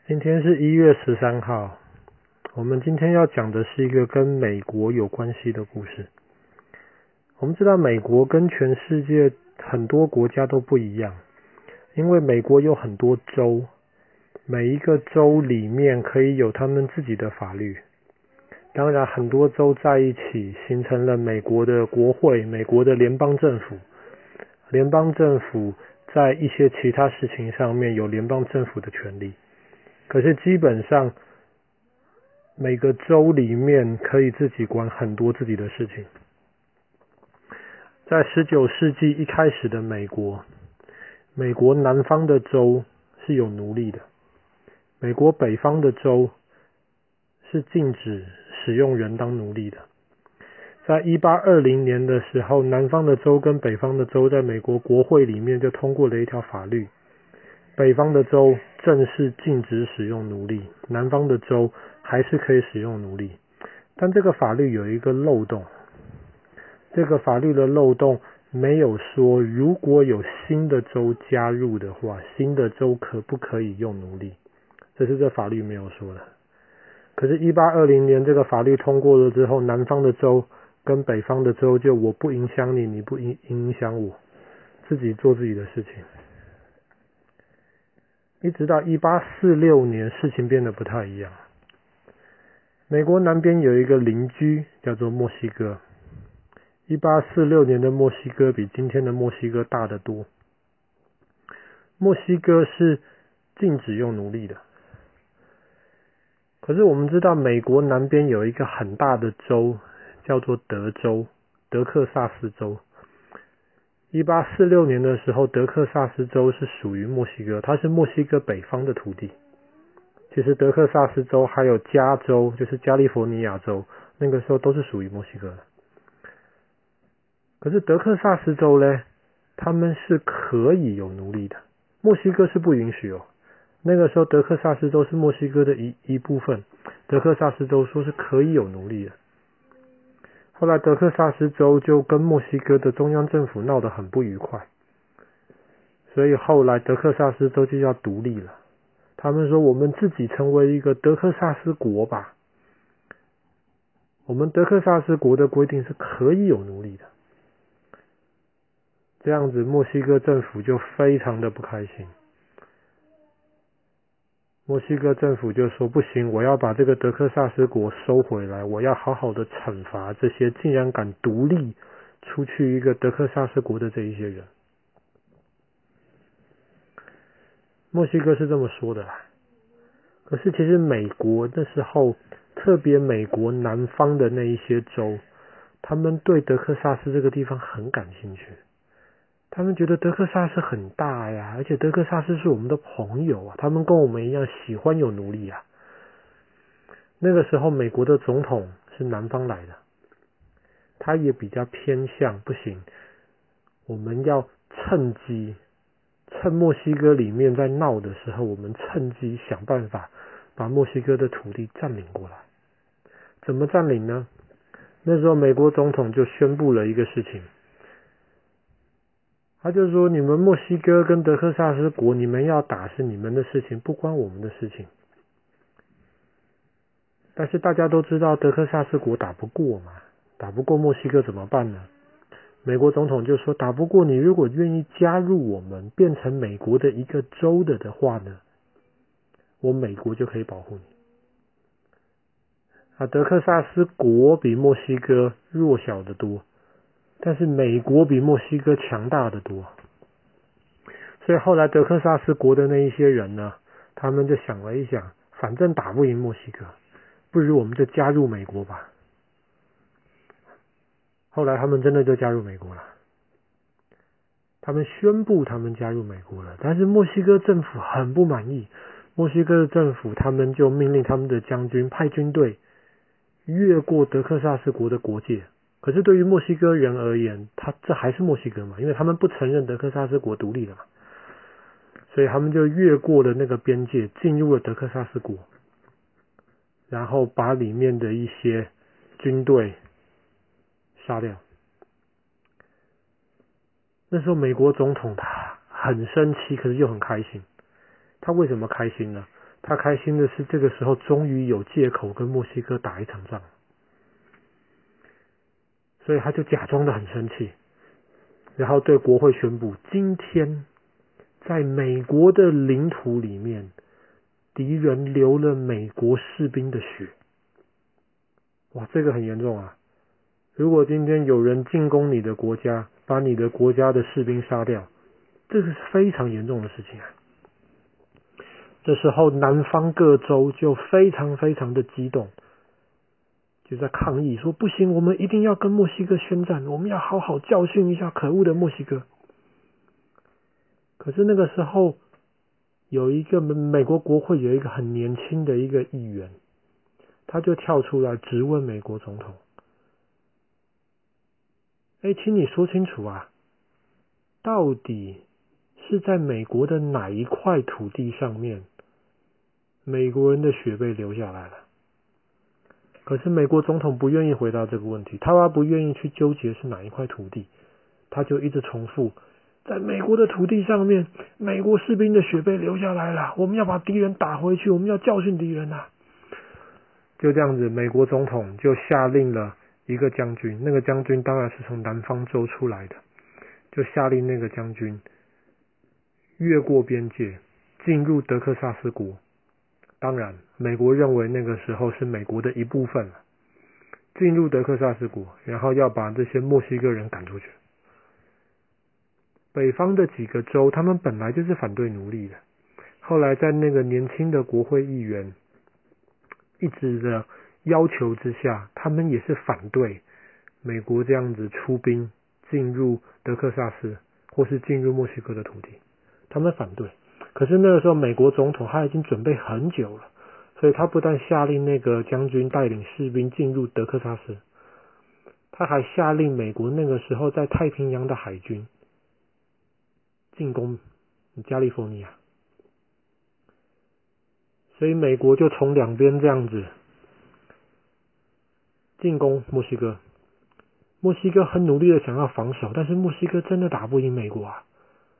今天是1月13号，我们今天要讲的是一个跟美国有关系的故事。我们知道美国跟全世界很多国家都不一样，因为美国有很多州，每一个州里面可以有他们自己的法律。当然很多州在一起形成了美国的国会，美国的联邦政府。联邦政府在一些其他事情上面有联邦政府的权利，可是基本上每个州里面可以自己管很多自己的事情。在19世纪一开始的美国南方的州是有奴隶的，美国北方的州是禁止使用人当奴隶的。在1820年的时候，南方的州跟北方的州在美国国会里面就通过了一条法律，北方的州正式禁止使用奴隶，南方的州还是可以使用奴隶。但这个法律有一个漏洞，这个法律的漏洞没有说如果有新的州加入的话，新的州可不可以用奴隶，这是这法律没有说的。可是1820年这个法律通过了之后，南方的州跟北方的州就我不影响你，你不影响我，自己做自己的事情。一直到1846年事情变得不太一样。美国南边有一个邻居叫做墨西哥，1846年的墨西哥比今天的墨西哥大得多。墨西哥是禁止用奴隶的，可是我们知道美国南边有一个很大的州叫做德州，德克萨斯州。1846年的时候，德克萨斯州是属于墨西哥，它是墨西哥北方的土地。其实德克萨斯州还有加州，就是加利福尼亚州，那个时候都是属于墨西哥的。可是德克萨斯州呢，他们是可以有奴隶的，墨西哥是不允许哦。那个时候德克萨斯州是墨西哥的一部分，德克萨斯州说是可以有奴隶的。后来德克萨斯州就跟墨西哥的中央政府闹得很不愉快，所以后来德克萨斯州就要独立了。他们说我们自己成为一个德克萨斯国吧，我们德克萨斯国的规定是可以有奴隶的。这样子墨西哥政府就非常的不开心，墨西哥政府就说不行，我要把这个德克萨斯国收回来，我要好好的惩罚这些竟然敢独立出去一个德克萨斯国的这一些人。墨西哥是这么说的啦。可是其实美国那时候，特别美国南方的那一些州，他们对德克萨斯这个地方很感兴趣，他们觉得德克萨斯很大呀，而且德克萨斯是我们的朋友啊，他们跟我们一样喜欢有奴隶啊。那个时候美国的总统是南方来的，他也比较偏向不行，我们要趁墨西哥里面在闹的时候，我们趁机想办法把墨西哥的土地占领过来。怎么占领呢？那时候美国总统就宣布了一个事情，他就说你们墨西哥跟德克萨斯国，你们要打是你们的事情，不关我们的事情。但是大家都知道德克萨斯国打不过嘛，打不过墨西哥怎么办呢？美国总统就说打不过你，如果愿意加入我们，变成美国的一个州的话呢，我美国就可以保护你。德克萨斯国比墨西哥弱小得多，但是美国比墨西哥强大得多。所以后来德克萨斯国的那一些人呢，他们就想了一想，反正打不赢墨西哥，不如我们就加入美国吧。后来他们真的就加入美国了，他们宣布他们加入美国了，但是墨西哥政府很不满意。墨西哥的政府他们就命令他们的将军派军队越过德克萨斯国的国界。可是对于墨西哥人而言，这还是墨西哥嘛，因为他们不承认德克萨斯国独立了嘛，所以他们就越过了那个边界，进入了德克萨斯国，然后把里面的一些军队杀掉。那时候美国总统他很生气，可是又很开心。他为什么开心呢？ 他开心的是这个时候终于有借口跟墨西哥打一场仗，所以他就假装的很生气，然后对国会宣布，今天在美国的领土里面，敌人流了美国士兵的血。哇，这个很严重啊！如果今天有人进攻你的国家，把你的国家的士兵杀掉，这个是非常严重的事情啊。这时候南方各州就非常非常的激动，就在抗议说不行，我们一定要跟墨西哥宣战，我们要好好教训一下可恶的墨西哥。可是那个时候有一个美国国会有一个很年轻的一个议员，他就跳出来质问美国总统，请你说清楚啊，到底是在美国的哪一块土地上面美国人的血被流下来了？可是美国总统不愿意回答这个问题，他不愿意去纠结是哪一块土地，他就一直重复，在美国的土地上面，美国士兵的血被流下来了，我们要把敌人打回去，我们要教训敌人啊。就这样子，美国总统就下令了一个将军，那个将军当然是从南方州出来的，就下令那个将军越过边界进入德克萨斯国。当然美国认为那个时候是美国的一部分了，进入德克萨斯国，然后要把这些墨西哥人赶出去。北方的几个州他们本来就是反对奴隶的，后来在那个年轻的国会议员一直的要求之下，他们也是反对美国这样子出兵进入德克萨斯或是进入墨西哥的土地，他们反对。可是那个时候美国总统他已经准备很久了，所以他不但下令那个将军带领士兵进入德克萨斯，他还下令美国那个时候在太平洋的海军进攻加利福尼亚。所以美国就从两边这样子进攻墨西哥。墨西哥很努力的想要防守，但是墨西哥真的打不赢美国啊。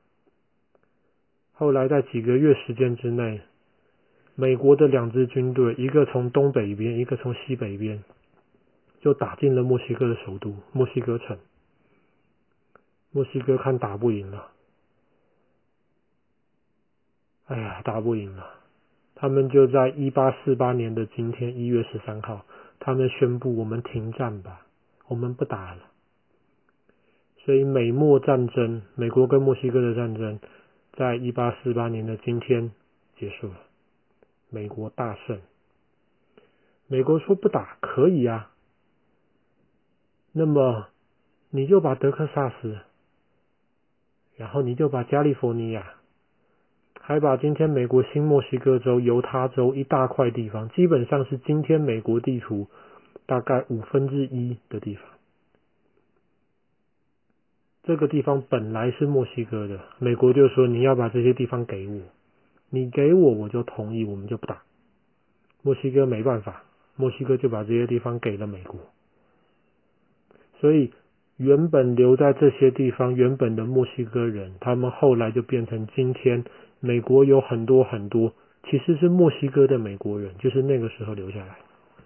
后来在几个月时间之内，美国的两支军队，一个从东北边，一个从西北边，就打进了墨西哥的首都墨西哥城。墨西哥看打不赢了，打不赢了，他们就在1848年的今天1月13号，他们宣布我们停战吧，我们不打了。所以美墨战争，美国跟墨西哥的战争，在1848年的今天结束了，美国大胜。美国说不打可以啊，那么你就把德克萨斯，然后你就把加利福尼亚，还把今天美国新墨西哥州、犹他州一大块地方，基本上是今天美国地图大概1/5的地方。这个地方本来是墨西哥的，美国就说你要把这些地方给我，你给我我就同意，我们就不打。墨西哥没办法，墨西哥就把这些地方给了美国。所以原本留在这些地方原本的墨西哥人，他们后来就变成今天美国有很多很多其实是墨西哥的美国人，就是那个时候留下来。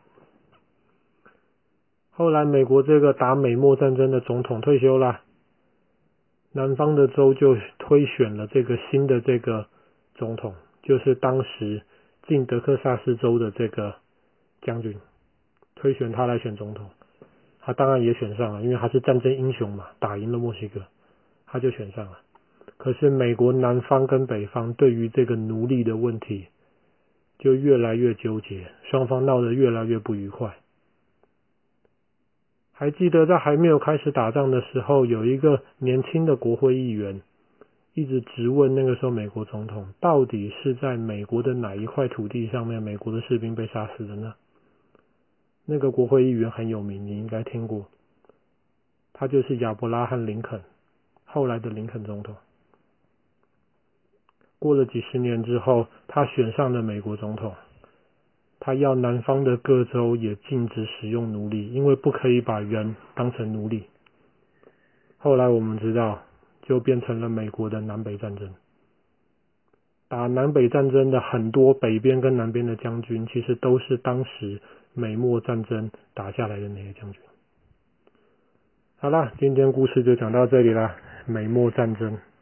后来美国这个打美墨战争的总统退休了，南方的州就推选了这个新的这个总统，就是当时进德克萨斯州的这个将军，推选他来选总统。他当然也选上了，因为他是战争英雄嘛，打赢了墨西哥，他就选上了。可是美国南方跟北方对于这个奴隶的问题就越来越纠结，双方闹得越来越不愉快。还记得在还没有开始打仗的时候，有一个年轻的国会议员一直质问那个时候美国总统，到底是在美国的哪一块土地上面美国的士兵被杀死的呢？那个国会议员很有名，你应该听过，他就是亚伯拉罕林肯，后来的林肯总统。过了几十年之后，他选上了美国总统，他要南方的各州也禁止使用奴隶，因为不可以把人当成奴隶。后来我们知道，就变成了美国的南北战争。 打南北战争的很多北边跟南边的将军，其实都是当时美墨战争打下来的那些将军。好啦，今天故事就讲到这里啦，美墨战争。